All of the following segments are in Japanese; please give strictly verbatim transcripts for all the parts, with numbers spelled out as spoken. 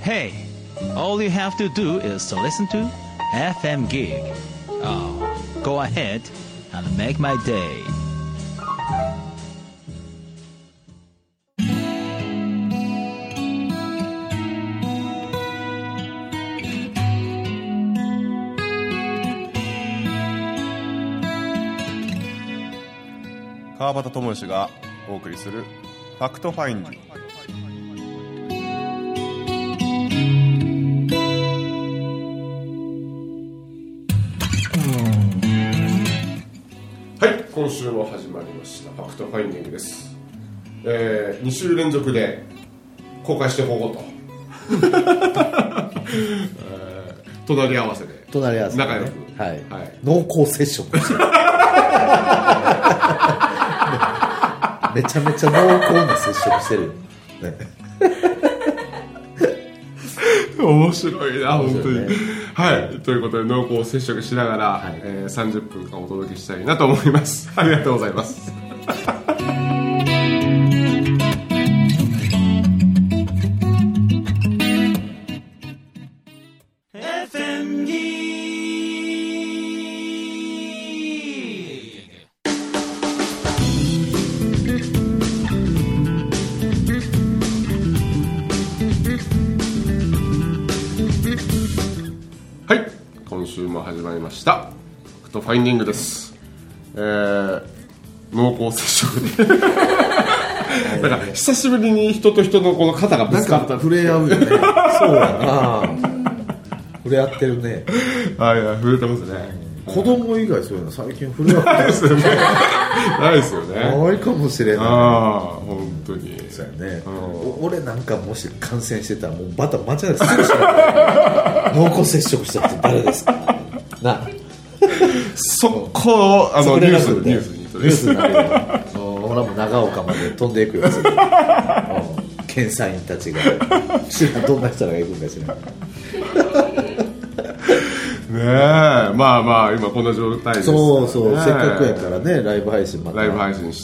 Hey, all you have to do is to listen to エフエム Gig. Oh, go ahead and make my day. 川端智之がお送りするファクトファインディ。はい、今週も始まりましたファクトファインディングです。えー、に週連続で公開してほうと、えー、隣り合わせで隣り合わせで、ね、 仲良く、 はいはい、 濃厚接触してめちゃめちゃ濃厚な接触してるよ、ね、 面白いな、本当に、 ね、 はい、ということで濃厚接触しながら、はい、えー、さんじゅっぷんかんお届けしたいなと思います。ありがとうございます始まりましたファクトファインディングです。えー、濃厚接触でなんか久しぶりに人と人のこの肩がぶつかった、 触れ合うよね。そうやな、触れ合ってるね。 はいはい、触れてますね。 子供以外そういうの最近触れ合ってないですよね。 ないですよね。 ないかもしれない。 ああ、本当にそうやね。俺なんかもし感染してたらもうバタ間違えてすぐしない濃厚接触したって誰ですかな。 そこをあのニュースニュースにニュースになるよ。ほらもう長岡まで飛んでいくよ。検査員たちが知らんどんな人らが行くんか知らん。 ねえ、まあまあ今こんな状態ですからね。 そうそう、せっかくやからね、ライブ配信またライブ配信して、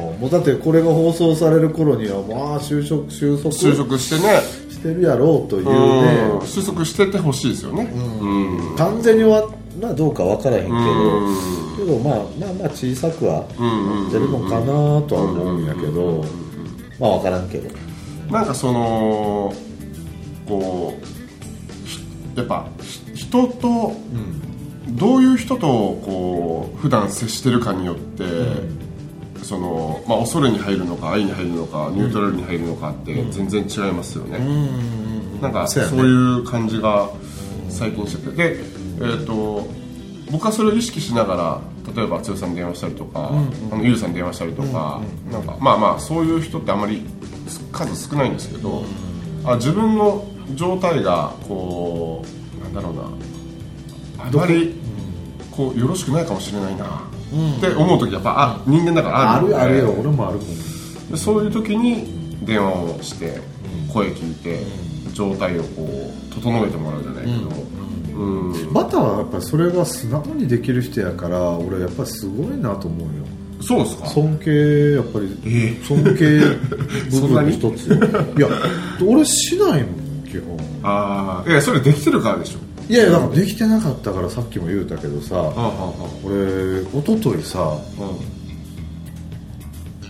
もうだってこれが放送される頃にはまあ就職収束就職してねしてるやろうというね、 うん、収束しててほしいですよね、 うんうん、完全にはまあどうか分からへんけど、うん、けどまあまあまあ小さくは出るのかなとは思うんやけど、まあ分からんけど、 なんかそのこうやっぱ人と、うん、どういう人とこう普段接してるかによって、うん、そのまあ、恐れに入るのか愛に入るのかニュートラルに入るのかって全然違いますよね、うん、なんかそういう感じが最近してて、で、えーと、僕はそれを意識しながら例えば剛さんに電話したりとか、うん、あのゆうさんに電話したりとか、うん、なんかまあまあそういう人ってあんまり数少ないんですけど、うん、あ自分の状態がこうなんだろうな、あまりこうよろしくないかもしれないな、うん、って思う時やっぱあ人間だからある、 あるあるよ、俺もあるもん。 でそういう時に電話をして声聞いて状態をこう整えてもらうじゃないけど、うんうん、 バタはやっぱりそれが素直にできる人やから俺やっぱりすごいなと思うよ。 そうですか。 尊敬やっぱり、えー、尊敬部分の一ついや俺しないもん基本。 ああ、いやそれできてるからでしょ。 いやいやだからできてなかったからさっきも言うたけどさ、はあはあ、俺一昨日さ、うん、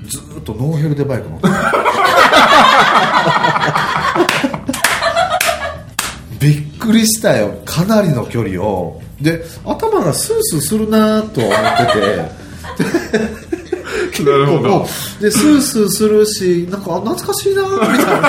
ずーっとノーヘルでバイク乗ってびっくりしたよ、かなりの距離を。で頭がスースーするなと思っててなるほど。 でスースーするしなんか懐かしいなみたいな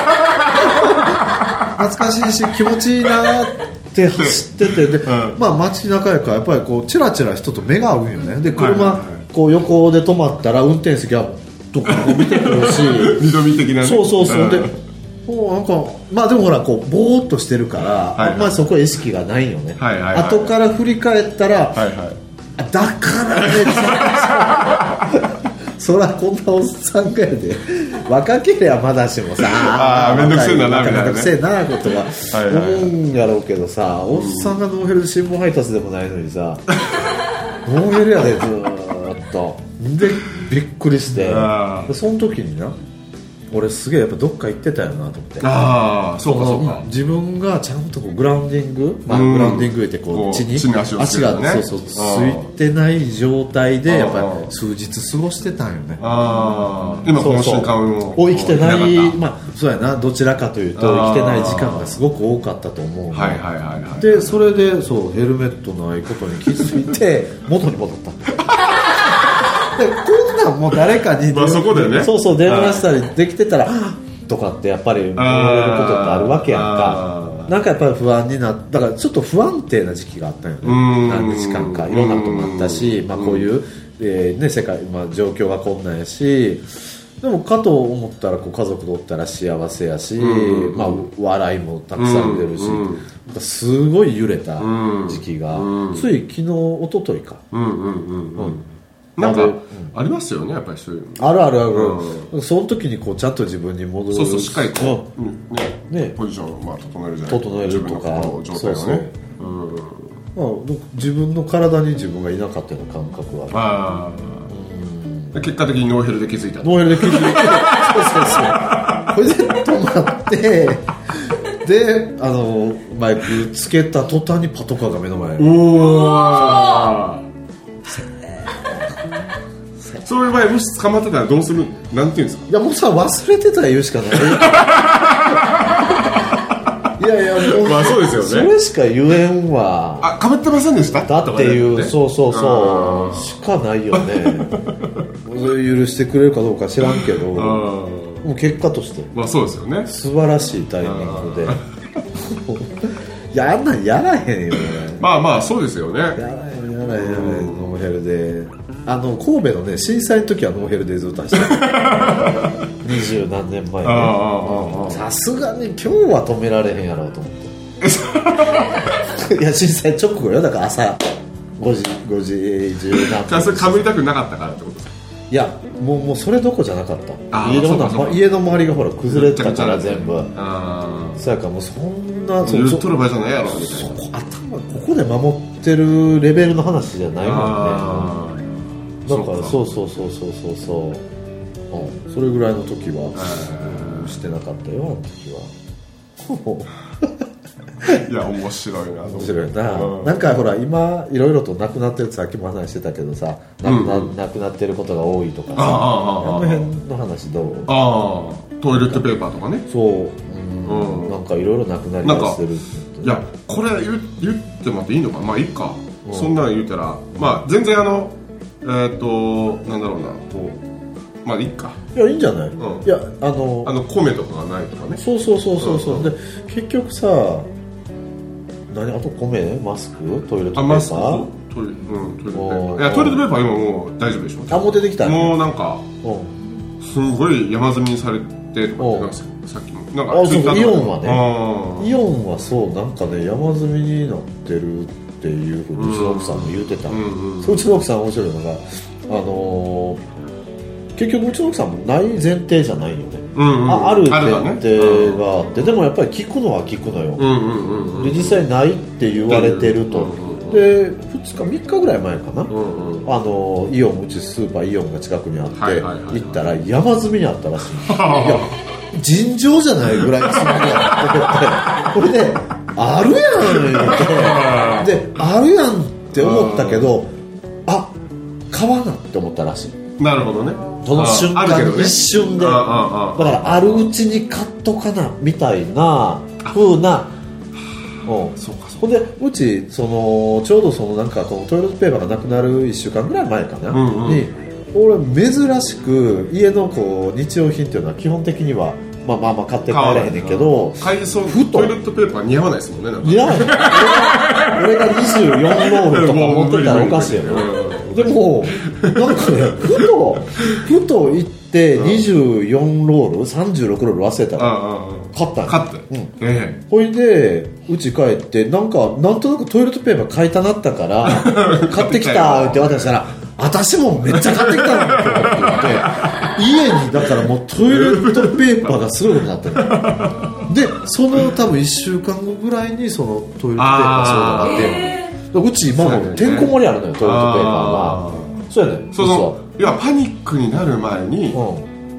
懐かしいし気持ちいいなって走っててで、うん、まあ街中やからやっぱりこうチラチラ人と目が合うんよね。で車こう横で止まったら運転席はどこか見てくるし二度見的なね。 そうそうそう、うん、でもうなんかまあでもほらこうボーっとしてるから、はいはい、あんまりそこは意識がないよね、はいはいはい、後から振り返ったら、はいはい、だからねそらこんなおっさんがやで若ければまだしもさああめんどくせえななみたいな、ね、 めんどくせえなことは思うんやろうけどさ、はいはいはい、おっさんがノーヘルで新聞配達でもないのにさノーヘルやでずーっとでびっくりしてその時にな俺すげえやっぱどっか行ってたよなと思って。 ああ、そうかそうか。 自分がちゃんとこうグラウンディング、まあ、グラウンディングってこう地に足がそうそうついてない状態でやっぱり数日過ごしてたんよね。 ああ、今この瞬間を生きてない、まあそうやな、どちらかというと生きてない時間がすごく多かったと思う。 はいはいはいはい。 でそれでそうヘルメットないことに気づいて元に戻った。でこんなんもう誰かに、 まあ、そこでねそうそう電話したりできてたらとかってやっぱり言われることってあるわけやんか。なんかやっぱり不安になった。だからちょっと不安定な時期があったよね。何日間かいろんなこともあったし、まあ、こういう、えーね、世界、まあ、状況がこんなんやし、でもかと思ったらこう家族とおったら幸せやし、まあ、笑いもたくさん出るし、すごい揺れた時期が、つい昨日一昨日か、うんうんうんうん、 なんかありますよね、やっぱりそういうのあるあるある、うん、その時にこうちゃんと自分に戻る、 そうそう、しっかりこう、うんねね、ポジションをまあ整えるじゃない整えるとか、 状態をね、そうそう、うん、 まあ、自分の体に自分がいなかったような感覚はある。 うん、結果的にノーヘルで気づいた。 ノーヘルで気づいてそうそうそう、これで止まってであのマイクつけた途端にパトカーが目の前に。おー、 そういう場合もし捕まってたらどうする、なんていうんですか。 いやもうさ、忘れてたら言うしかないいやいやもう、 まあそうですよね、 それしか言えんわ。 あ、かぶってませんでしただっていう、そうそうそうしかないよね許してくれるかどうか知らんけど、もう結果としてまあそうですよね、 素晴らしいタイミングでいや、あんなんやらへんよね。 まあまあそうですよね、やらへんやらへんやらへん、ノーヘルで。あの神戸のね震災の時はノーヘルでずっと走ってた二十何年前ね。さすがに今日は止められへんやろうと思っていや震災直後よ、だから朝ごじごじじゅう何分。 それかぶりたくなかったからってことですか。 いやもう、もうそれどこじゃなかった。家 の, ま家の周りがほら崩れてたから全部。ああ、そうやからもうそんな言っとる場合じゃないやろみたいな。 そこ頭ここで守ってるレベルの話じゃないもんね。だからそうそうそうそうそうそう、うん、それぐらいの時は、うん、してなかったよ、あの時はいや面白いな、 面白いな、うん、なんかほら今いろいろとなくなってるってさっきも話してたけどさ、なく な,、うん、なくなってることが多いとかさ、あ, あ, あ, あの辺の話どう？ ああ、トイレットペーパーとかね、 そう、うんうん、なんかいろいろなくなりだしてる。 いやこれ 言, 言ってもらっていいのか、まあいいか、うん、そんなの言うたらまあ全然あのえー、っとなんだろうな、まあいいか、 いやいいんじゃない、うん、いやあのあの米とかがないとかね、 そうそうそうそうそう、うん、で結局さ、何あと米、マスク、トイレットペーパー、あマスク、トイレ、うん、トイレットペーパー、いやトイレットペーパー今もう大丈夫でしょ。 あもう出てきた、 ね、もうなんかすごい山積みにされてとかってさっきもなんかあそうそうイオンはね、イオンはそうなんかね山積みになってるっていうふうにうちの奥さんも言うてた、うんうんうん、うちの奥さん面白いのが、あのー、結局うちの奥さんもない前提じゃないよね、うんうん、あ, ある前提があって、ね、でもやっぱり聞くのは聞くのよ、うんうんうんうん、で実際ないって言われてると、うんうんうん、でふつかみっかぐらい前かな、うんうん、あのイオン、うちスーパーイオンが近くにあって、はいはいはいはい、行ったら山積みにあったらしいいや尋常じゃないぐらい積みにあってこれであるやんってであるやんって思ったけど、あ買わなって思ったらしい。 なるほどね。 その瞬間、ね、一瞬でだからあるうちに買っとかなみたいな風な、うん、そうかそうか。ほんでうちそのちょうどそのなんかこのトイレットペーパーがなくなるいっしゅうかんぐらい前かな、うんうん、に俺珍しく家のこう日用品っていうのは基本的にはまあまあまあ買って帰らへんねんけど、 海藻トイレットペーパー似合わないですもんね。なんか似合わない俺がにじゅうよんロールとか持ってたらおかしいよねでもなんかねふとふと行ってにじゅうよんロールさんじゅうろくロール忘れたら買ったん買った、うんええ、ほいでうち帰ってなんかなんとなくトイレットペーパー買いたなったから買ってきたって渡したら私もめっちゃ買ってきたのって思って言って家にだからもうトイレットペーパーがすごいことになってるでその多分いっしゅうかんごぐらいにそのトイレットペーパーそうだなってうち今もてんこ盛りあるのよ、トイレットペーパーが。そうやね。 そのいやパニックになる前に、う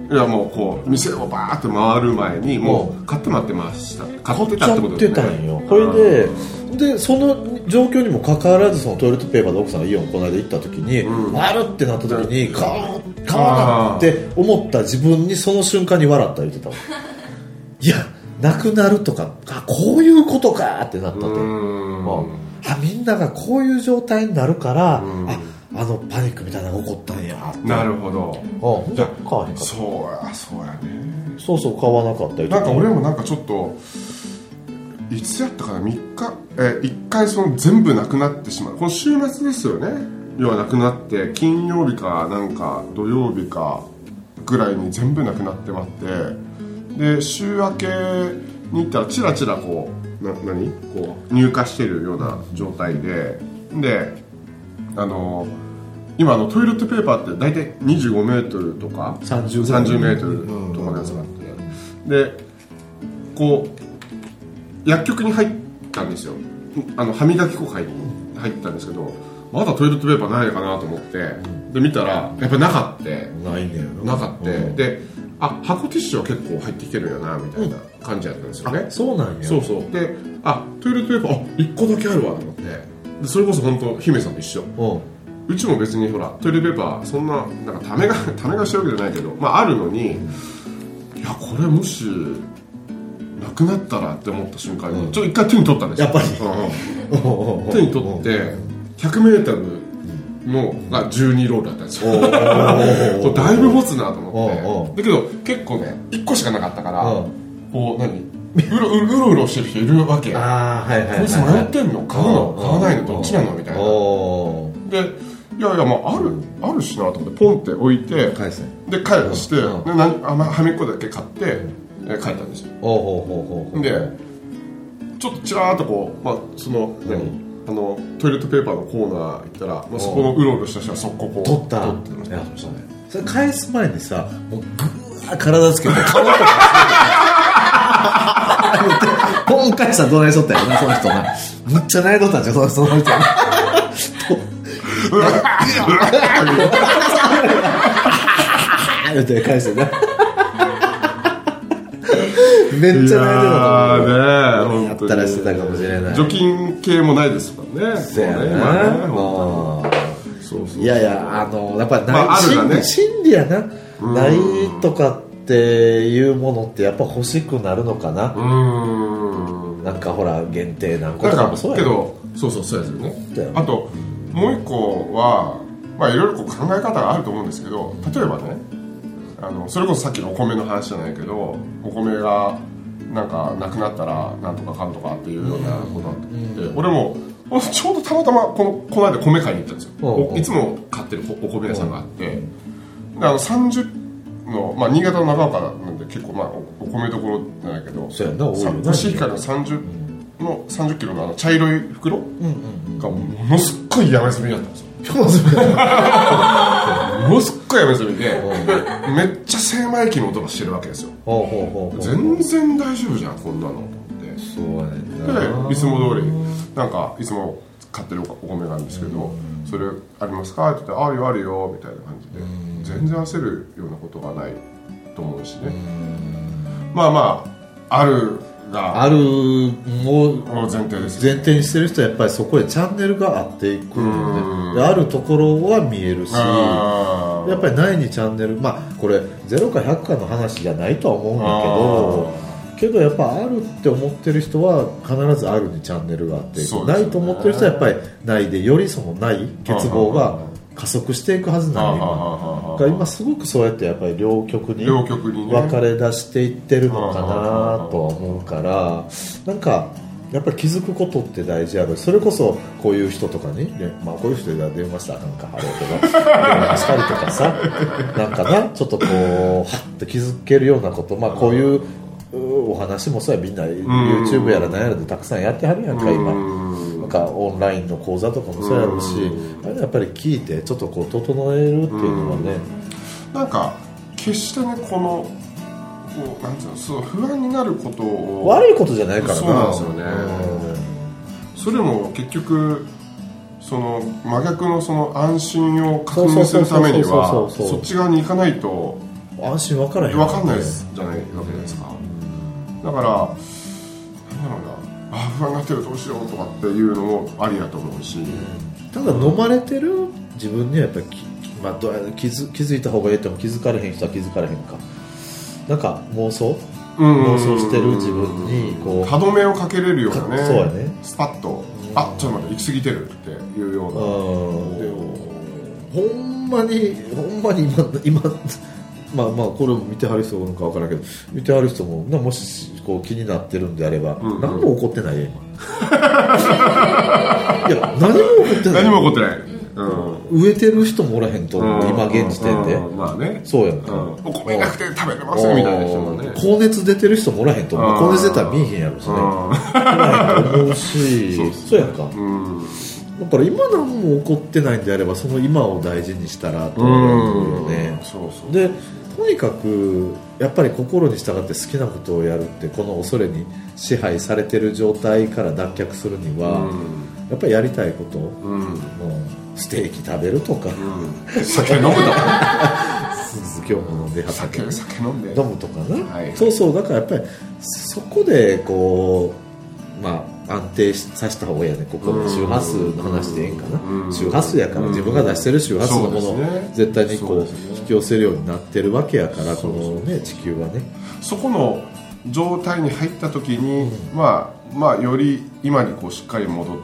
いやもうこう店をバーって回る前にもう買って待ってました。買ってたってことですね。 買っちゃってたんよ。これででその状況にもかかわらずそのトイレットペーパーで奥さんがイオンこの間行った時に、うん、あるってなった時に買わ買わなって思った自分にその瞬間に笑った言ってたいやなくなるとかあこういうことかってなったって、うん、あみんながこういう状態になるから、うん、ああのパニックみたいなのが起こったんやって。 なるほど。 あじゃあ買わへんかった。 そうやそうやね。 そうそう買わなかったりとか。 なんか俺もなんかちょっといつやったかなみっかえいっかいその全部なくなってしまう。この週末ですよね。要はなくなって金曜日かなんか土曜日かぐらいに全部なくなってまってで週明けに行ったらチラチラこうな何こう入荷してるような状態でであの今あのトイレットペーパーって大体にじゅうごメートルとかさんじゅうメートルとかのやつがあってでこう薬局に入ったんですよ。あの歯磨き粉買いに入ったんですけどまだトイレットペーパーないかなと思ってで見たらやっぱりなかってないねなかってであ箱ティッシュは結構入ってきてるよなみたいな感じだったんですよね、 うん、そうなんやそうそうであトイレットペーパーあいっこだけあるわと思ってでそれこそ本当姫さんと一緒うちも別にほらトイレットペーパーそんななんかためがためがしてるわけじゃないけど、まあ、あるのにいやこれもしなくなったらって思った瞬間に、うん、ちょっと一回手に取ったんですよやっぱり、 うん、手に取ってひゃくメートルのがじゅうにロールだったんですよだいぶ持つなと思ってだけど結構ねいっこしかなかったからこう何うろうろうろしてる人いるわけ。 ああはいはいはい、はい、 こいつ迷ってんの買うの買わないのどっちなのみたいなでいやいやまああるあるしなと思ってポンって置いて返せで返して、うん、で何あはめっこだけ買って、うん、え帰ったんですよ。 おうおうおうおうでちょっとちらーっとこう、まあ、その何、うん、あのトイレットペーパーのコーナー行ったら、まあ、そこのうろうろした人はそここう取った取ってましたね。それ返す前にさもうグワー体つけて顔とかポン返したらどないしとったよなその人なむっちゃ悩んどったんじゃんその人なって返してなめっちゃ悩んでたと思う。やったらしてたかもしれない。 除菌系もないですからね。 そうやな。そうそう。いやいやあのやっぱりない、まあ、あるね、心理やな。ないとかっていうものってやっぱ欲しくなるのかな。うーん。なんかほら限定何個とかもそうやけど、そうそうそうやですよね。あともう一個はまあいろいろこう考え方があると思うんですけど、例えばね。あのそれこそさっきのお米の話じゃないけどお米がなんかなくなったらなんとかかんとかっていうようなことがあって、うん、俺もちょうどたまたまこのこの間米買いに行ったんですよ、うん、いつも買ってるお米屋さんがあって、うん、であのさんじゅうの、まあ、新潟の長岡なんで結構まあ お, お米どころじゃないけどそうやな多いよコシヒカリのさんじゅうのさんじゅっキロのあの茶色い袋がものすっごい山積みだったんですよものすっごい山積みでめっちゃ精米機の音がしてるわけですよ。全然大丈夫じゃんこんなのと思ってそうやねでいつも通りなんかいつも買ってるお米があるんですけどそれありますかって言ってあるよあるよみたいな感じで全然焦るようなことがないと思うしねまあまああるがあるもう前提です、 ね、前提にしてる人はやっぱりそこでチャンネルが合っていくので、あるところは見えるしやっぱりないにチャンネルまあこれゼロかひゃくかの話じゃないとは思うんだけどけどやっぱあるって思ってる人は必ずあるにチャンネルがあっていく、ね、ないと思ってる人はやっぱりないでよりそのない欠乏が加速していくはずなんで今今すごくそうやってやっぱり両極に分かれ出していってるのかなとは思うからなんかやっぱり気づくことって大事あるそれこそこういう人とかに、ねまあ、こういう人が電話したらなんかあれけど電話したりとかさなんかなちょっとこうはっと気づけるようなことまあこういうお話もそうやみんな YouTube やら何やらでたくさんやってはるやんか今なんかオンラインの講座とかもそうやるしあれやっぱり聞いてちょっとこう整えるっていうのはねなんか決してねこのこうなんていうのそう不安になることを悪いことじゃないからなそうなんですよねそれも結局その真逆のその安心を確認するためにはそっち側に行かないと安心分からへん、 分かんないですじゃないわけじゃないですか、うん、だからなんだろうな、あ不安になってるどうしようとかっていうのもありだと思うし、 ただ飲まれてる自分にはやっぱり、まあ、気づ、気づいた方がいいっても気づかれへん人は気づかれへんか、なんか妄想妄想してる自分にこう歯止めをかけれるようなね、 そうやね、 スパッと、あちょっと待って行き過ぎてるっていうような、 ほんまにほんまに今今まあまあこれを見てはる人なのか分からんけど、見てはる人ももしこう気になってるんであれば、うんうん、何も起こってないよ今いや何も起こってない、 何も起こってない、 うん、植えてる人もおらへんと思う、うん、今現時点で、 うん、まあね、 そうやんか、 うん、お米なくて食べれますみたいな人もね、 高熱出てる人もおらへんと思う、高熱出たら見えへんやろしね、おらへんと思うし、そうそうやんか、うん、だから今何も起こってないんであればその今を大事にしたらと思うよね、そうそう、でとにかくやっぱり心に従って好きなことをやるって、この恐れに支配されてる状態から脱却するには、うん、やっぱりやりたいこと、うん、もうステーキ食べるとか、 うん、酒飲むとか今日も飲んで酒、酒飲んで飲むとかね、 はい、 そうそう、だからやっぱりそこでこうまあ安定させた方がいいよね、ここの周波数の話でいいんかな、周波数やから自分が出してる周波数のものを絶対にこう引き寄せるようになってるわけやから、このね地球はね、 そこの状態に入った時に、まあまあより今にこうしっかり戻って、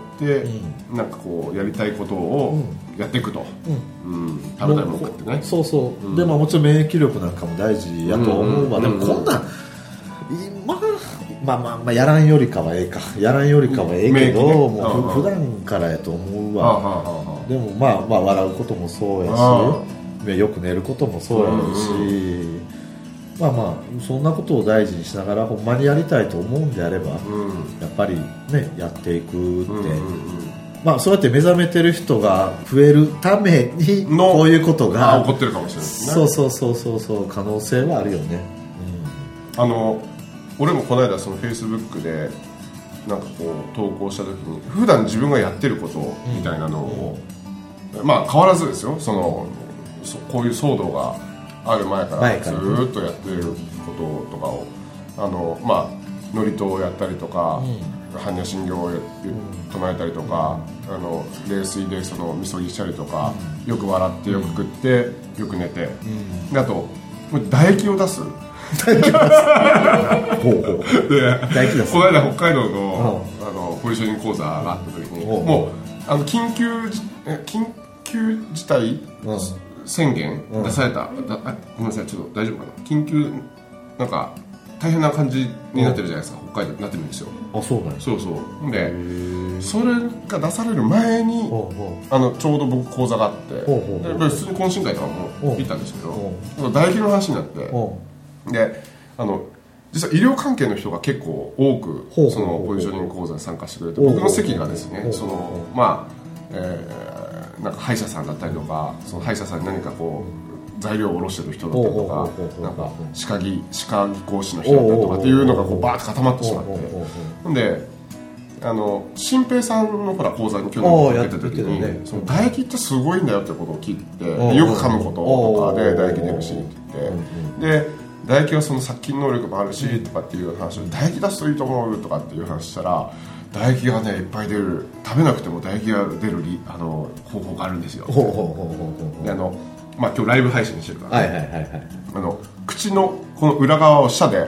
なんかこうやりたいことをやっていくと、うん食べたいもの食ってね、 そうそう、でももちろん免疫力なんかも大事やと思うわ、でもこんな今まあまあまあやらんよりかはええか、やらんよりかはええけど、ね、もう普段からやと思うわ、でもまあまあ笑うこともそうやし、よく寝ることもそうやろうし、うんうん、まあまあそんなことを大事にしながらほんまにやりたいと思うんであれば、うん、やっぱりねやっていくって、うんうんうん、まあそうやって目覚めてる人が増えるためにこういうことが起こってるかもしれないですね。 そうそうそうそうそう可能性はあるよね、 うん、あの俺もこの間そのフェイスブックでなんかこう投稿した時に普段自分がやってることみたいなのを、うん、まあ変わらずですよ、そのこういう騒動がある前からずーっとやってることとかをあのまあ祝詞をやったりとか、うん、般若心経を唱えたりとか、うん、あの冷水でそのみそぎしたりとか、うん、よく笑ってよく食って、うん、よく寝て、うん、あと唾液を出す唾液出すほうほうで唾液出すこの間北海道 の,、うん、あのポジショニング講座があった時に、うん、もうあの緊急緊急事態、うん宣言出された、うん、だあごめんなさいちょっと大丈夫かな、緊急なんか大変な感じになってるじゃないですか、北海道になってるんですよ。 あそうなんや、 そうそうでそれが出される前にあのちょうど僕講座があってで普通に懇親会とかも行ったんですけど唾液の話になってであの実は医療関係の人が結構多くそのポジショニング講座に参加してくれて、僕の席がですねそのまあえーなんか歯医者さんだったりとか、その歯医者さんに何かこう材料を卸してる人だったりとか、なんか歯科技歯科技講師の人だったりとかっていうのがこうバーッと固まってしまって、ほんであの新平さんのほら講座に去年出てた時に、ね、その唾液ってすごいんだよってことを聞いて、よく噛むこととかで唾液出るしって言ってで唾液はその殺菌能力もあるしとかっていう話を唾液出すといいと思うとかっていう話したら、唾液がねいっぱい出る、食べなくても唾液が出るあの方法があるんですよ。であのまあ今日ライブ配信してるから、ね、はいはいはいはい、あの口のこの裏側を舌で、うん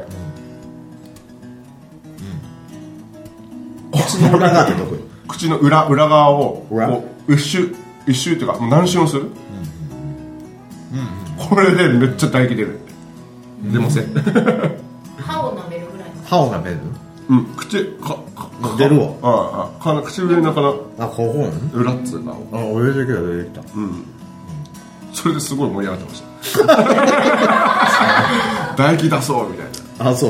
うん、口の裏側ってどこよ口の裏裏側をこう一周一周っていうかもう何周もする、うんうんうん、これでめっちゃ唾液出る、うん、出ません歯を舐めるぐらい歯を舐めるうん、口かか出るわああか口上のかなあここ裏っつうかあ上だけだ出てきた、 うん、それですごい盛り上がってました唾液出そうみたいな。あそう、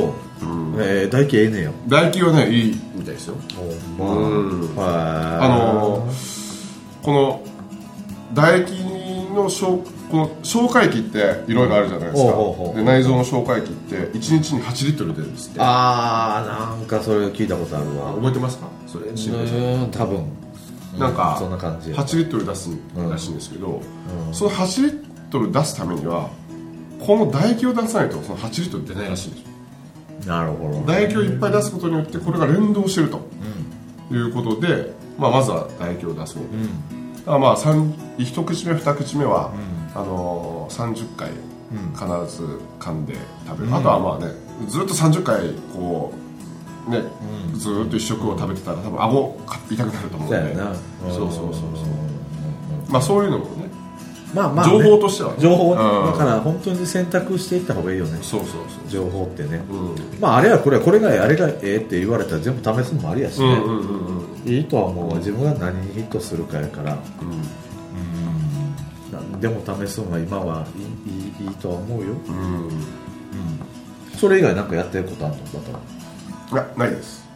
うん、えー、唾液ええねや。 唾液はねいいみたいですよ。お、まあ、うん、あのこの唾液の消この消化液っていろいろあるじゃないですか、うん、で内臓の消化液っていちにちにはちリットル出るんですって。 ああなんかそれ聞いたことあるわ。 覚えてますかそれ。 うん多分なんか、 うん、そんな感じはちリットル出すらしいんですけど、うん、そのはちリットル出すためにはこの唾液を出さないとそのはちリットル出ないらしいんですよ。 なるほど。 唾液をいっぱい出すことによってこれが連動してると、うん、いうことで、まあ、まずは唾液を出そう、うん、だからまあ一口目二口目は、うん、あのー、さんじゅっかい必ず噛んで食べる、うん、あとはまあねずっとさんじゅっかいこうね、うん、ずっと一食を食べてたら多分顎痛くなると思うんで、うん、そうそうそうそう、うん、まあそういうのもね、まあまあね、情報としては、ね、 情報、ね、うん、だから本当に選択していった方がいいよね。 そうそうそう、 情報ってね、うん、まああれはこれこれがあれがええって言われたら全部試すのもありやしね、うんうんうんうん、いいとは思う、うん、自分が何にヒットするかやから、うんうん、何でも試すのが今はいい、いい、いいとは思うよ、うんうん、それ以外なんかやってることあるの？ いや、ないです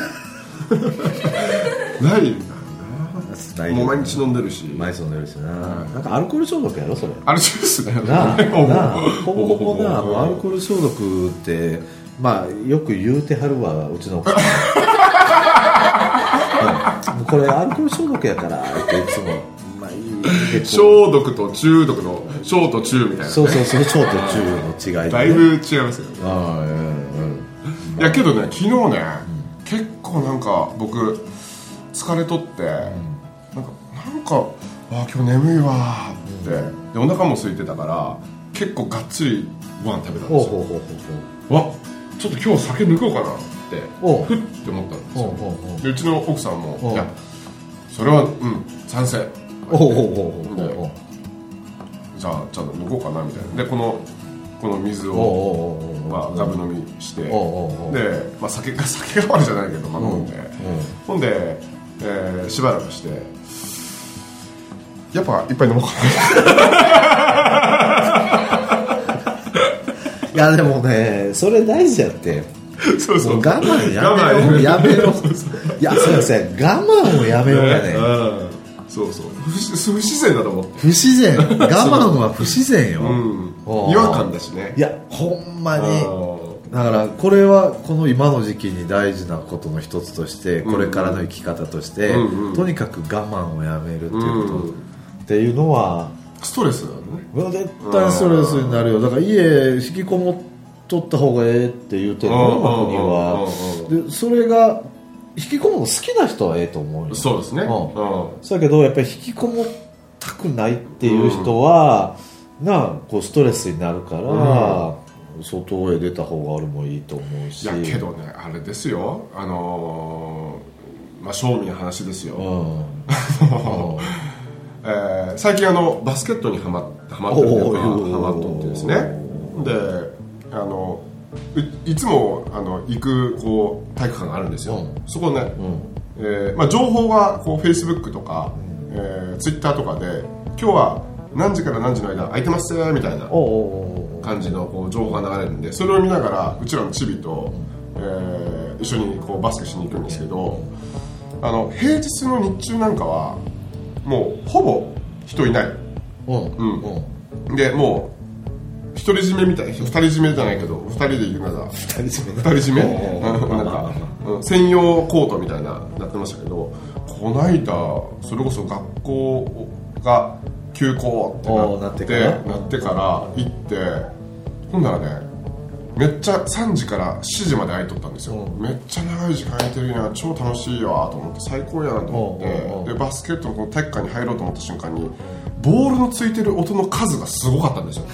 ないんだな。もう毎日飲んでるし毎日飲んでるしな、うん、なんかアルコール消毒やろそれ。 アルジュースだよななほぼほぼなアルコール消毒ってまあよく言うてはるわうちの奥さん、うん、これアルコール消毒やからっていつもまあいい消毒と中毒の小と中みたいな、ね、 そうそうそう小と中の違い、ね、 だいぶ違いますよね。あ、うんうん、いやけどね昨日ね、うん、結構なんか僕疲れとって、うん、なんかなんかあ今日眠いわって、うん、でお腹も空いてたから結構がっつりご飯食べたんですよ。ほうほうほうほう、わちょっと今日酒抜こうかなってふって思ったんですよ。ほうほうほうでうちの奥さんもいやそれはうん賛成おうおうおうおうじゃあちゃんと抜こうかなみたいなでこのこの水をまあガブ飲みしてで、まあ、酒が酒代わりじゃないけど、まあ、飲んでほんで、えー、しばらくしてやっぱいっぱい飲もうかないやでもねそれ大事やってそうそう我慢やめようやめよういやそうですね我慢をやめようやね、 うん、そうそう 不, 不自然だと思って不自然我慢は不自然よ、うん、 違和感だしね。 いやほんまにだからこれはこの今の時期に大事なことの一つとしてこれからの生き方として、うんうん、とにかく我慢をやめるっていうこと、うん、っていうのはストレスだね。 絶対ストレスになるよ。だから家引きこもっとった方がええって言うてるの今国はでそれが引きこもるの好きな人はええと思うよ。 そうですね、うん、 そうだけどやっぱり引きこもったくないっていう人は、うん、なこうストレスになるから、うん、外へ出た方が俺もいいと思うし。 いやけどねあれですよあのー、まあ正味な話ですよ、うんえー、最近あのバスケットにハマハマってるというかハマっとってですねであの い, いつもあの行くこう体育館があるんですよ、うん、そこね、うんえーまあ、情報がこう Facebook とか、うんえー、Twitter とかで今日は何時から何時の間空いてますみたいな感じのこう情報が流れるんでそれを見ながらうちらのチビと、えー、一緒にこうバスケしに行くんですけどあの平日の日中なんかはもうほぼ人いない、うんうん、でもう一人占めみたいな二人占めじゃないけど二人で行くなら二人占め二人占めなんか、うん、専用コートみたいななってましたけどこの間それこそ学校が休校ってなってなってから行ってほんならねめっちゃさんじからしちじまで空いとったんですよ、うん、めっちゃ長い時間空いてるやん超楽しいわと思って最高やなと思ってでバスケットのこの体育館に入ろうと思った瞬間にボールのついてる音の数がすごかったんですよ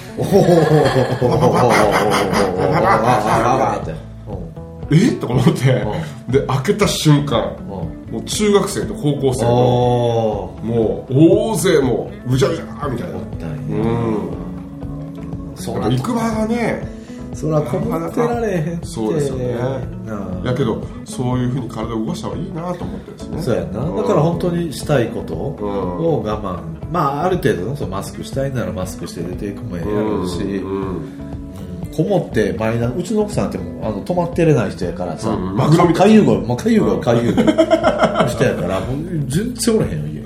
えっと思ってで開けた瞬間もう中学生と高校生のもう大勢もううじゃうじゃみたいなうんそう行く場がねそれはこもってられへんってそうですよねやけどそういうふうに体を動かした方がいいなと思ってですねそうやな、うん、だから本当にしたいことを我慢、うん、まあある程度のそのマスクしたいならマスクして出ていくもやるし、うんうん、こもってマイナうちの奥さんってもうあの止まってれない人やからさ、うん、マグロみたいなかゆいごかゆいごかゆいご人やからもう全然おれへんよ家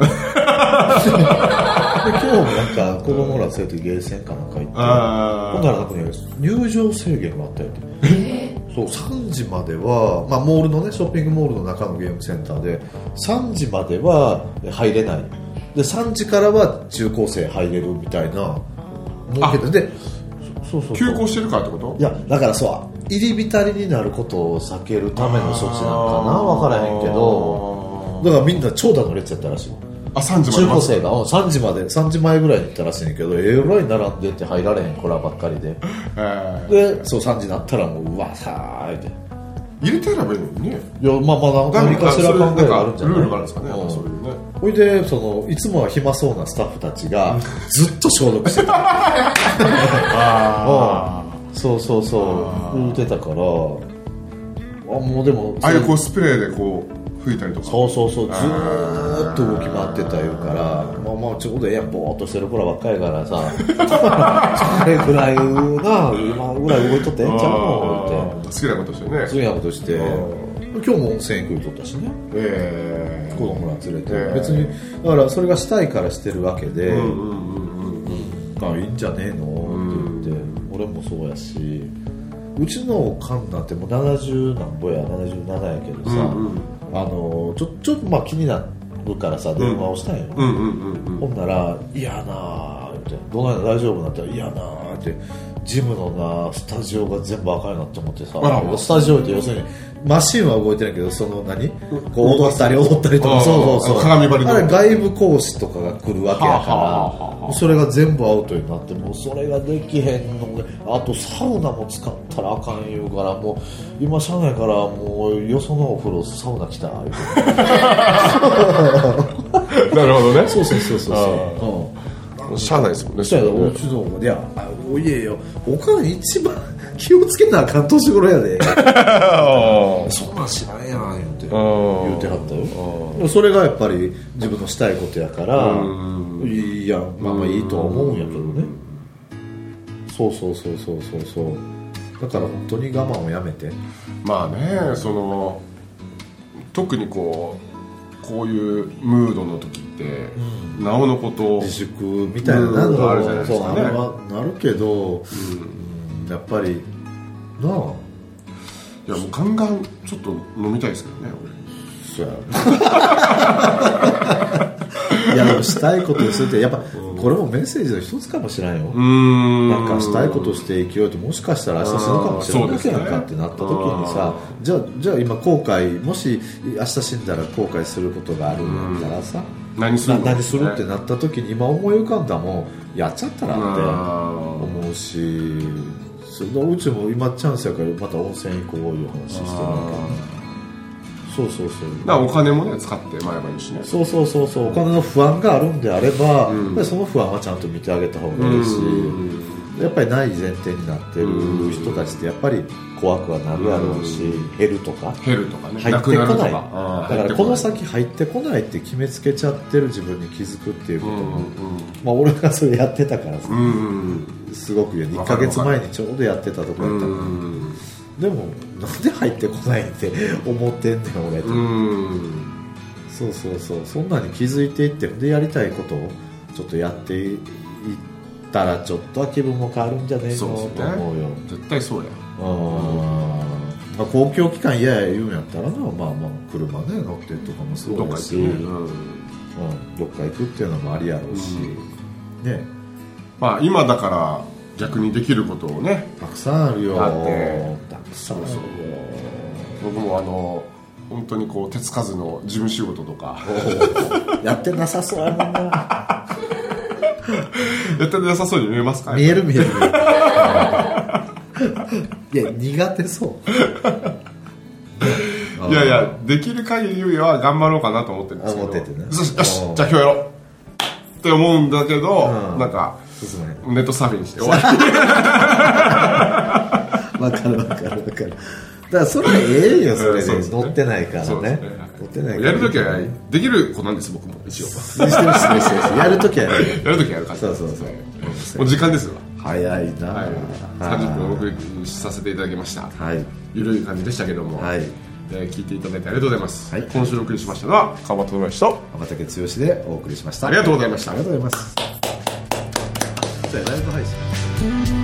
で今日もなんか子供ら連れてゲーセンかなんか行ってほんならなんかね入場制限があったよってそうさんじまでは、まあ、モールのねショッピングモールの中のゲームセンターでさんじまでは入れないでさんじからは中高生入れるみたいなもうけどでそうそう休校してるからってこと？ いやだからそう入り浸りになることを避けるための措置なのかな、分からへんけど、だからみんな長蛇の列やったらしい。 あ、さんじまで中高生がさんじまでさんじまえぐらいに行ったらしいんやけど、えらい並んでって入られへん子らばっかりで、えー、でそうさんじになったらもううわさーって入れてやればいいのにね。 いやまあまあ何かしら考えがあるんじゃない。 ルールがあるんですかね、うん、そういうね。 ほいでそのいつもは暇そうなスタッフたちがずっと消毒してたあそうそうそう言ってたから、あもうでもああいうこうスプレーでこう吹いたりとか、 そうそうそうずーっと動き回ってたいうから、まあまあちょうどええやん、ぼーっとしてる頃ばっかりからさそれぐらいな今ぐらい動いとってええんちゃうのって好きなことしてね、 好きなことして今日も温泉行くとったしね、えー、子供ら連れて、えー、別にだからそれがしたいからしてるわけで、うんうんうんうん、まあいいんじゃねえのって言って、うん、俺もそうやし、うちのおかんなんてもうななじゅうなんぼやななじゅうななやけどさ、うんうん、あのちょちょっとまあ気になるからさ電話をしたんよ、うんうんうんうん、ほんなら「いやなー」って「どないだ大丈夫?」なったら「いやなー」ってジムのなスタジオが全部赤いなって思ってさ、スタジオって要するにマシンは動いてないけどその何こう踊ったり踊ったりとか、そうそうそう、鏡張りあれ外部講師とかが来るわけやから、はあ、それが全部アウトになって、もうそれができへんので、あとサウナも使ったらあかん言うから、もう今車内からもうよそのお風呂サウナ来た言うてなるほどね、 そうそうそうそうそう、 しゃあないですもんね。 そうやろ、うちのいやおいえよ、おかん一番気をつけなあかん年頃やでそんなん知らんやん言うて言うてはったよ。それがやっぱり自分のしたいことやから、いやまあまあいいとは思うんやけどね。そうそうそうそうそうそう、だから本当に我慢をやめて、 まあね、その特にこうこういうムードの時って、うん、なおのこと自粛みたいなのがあるじゃないですかね。そうなるけど、うん、やっぱりなあ、 いやもうガンガンちょっと飲みたいですけどね俺。そうやいやでもしたいことをするってやっぱこれもメッセージの一つかもしれないよ。うーん、なんかしたいことして生きようって、もしかしたら明日死ぬかもしれないわけやんかってなった時にさ、じゃあじゃあ今後悔、もし明日死んだら後悔することがあるんだったらさ、 何するの、 何するってなった時に今思い浮かんだもんやっちゃったらって思うし、それうちも今チャンスやからまた温泉行こういう話してるわけ。そうそうそう、 だからお金もね使ってもらえばいいしね。 そうそうそうそう、お金の不安があるんであれば、うん、やっぱりその不安はちゃんと見てあげた方がいいし、やっぱりない前提になってる人たちってやっぱり怖くはなるやろうし、減るとか減るとかね、 入ってこない、だからこの先入ってこないって決めつけちゃってる自分に気づくっていうことも、うんうん、まあ俺がそれやってたからさ、うんうん、すごくいっかげつまえにちょうどやってたとこやったから、うん、でもなんで入ってこないって思ってんねん俺と、うん、そうそうそう、そんなに気づいていってでやりたいことをちょっとやっていったらちょっとは気分も変わるんじゃねえの、ね、と思うよ。 絶対そうや。 あ、まあ、公共機関嫌や言うんやったらな、まあまあ車ね乗ってとかもそうだし、どっか行く、うんうん、どっか行くっていうのもありやろうし、うん、ね、 まあ今だから逆にできることをねたくさんあるよ。 あってたくさんあるよ。僕もあの本当にこう手つかずの事務仕事とかやってなさそうやもんなやってなさそうに見えますか？ 見える見える見えるいや苦手そういやいや、できる限りは頑張ろうかなと思ってるんですけど、思っててね、よし、よし、じゃあ今日やろうって思うんだけど、なんかネットサーフィンして終わりわかるわかるわかる。だからそれはええよ、それで、ね、乗ってないからね。ね、乗ってないからやるときはできる子なんです僕も一応。 やるときはやる。 やるときはやるから。そうそうそう。もう時間ですわ。 早いな、はい、 さんじゅっぷんお送りさせていただきました、はい、ゆるい感じでしたけども、はい、えー、聞いていただいてありがとうございます、はい、今週お送りしましたのは川端智之と天竹剛でお送りしました。 ありがとうございました。 ありがとうございます。じゃあライブ配信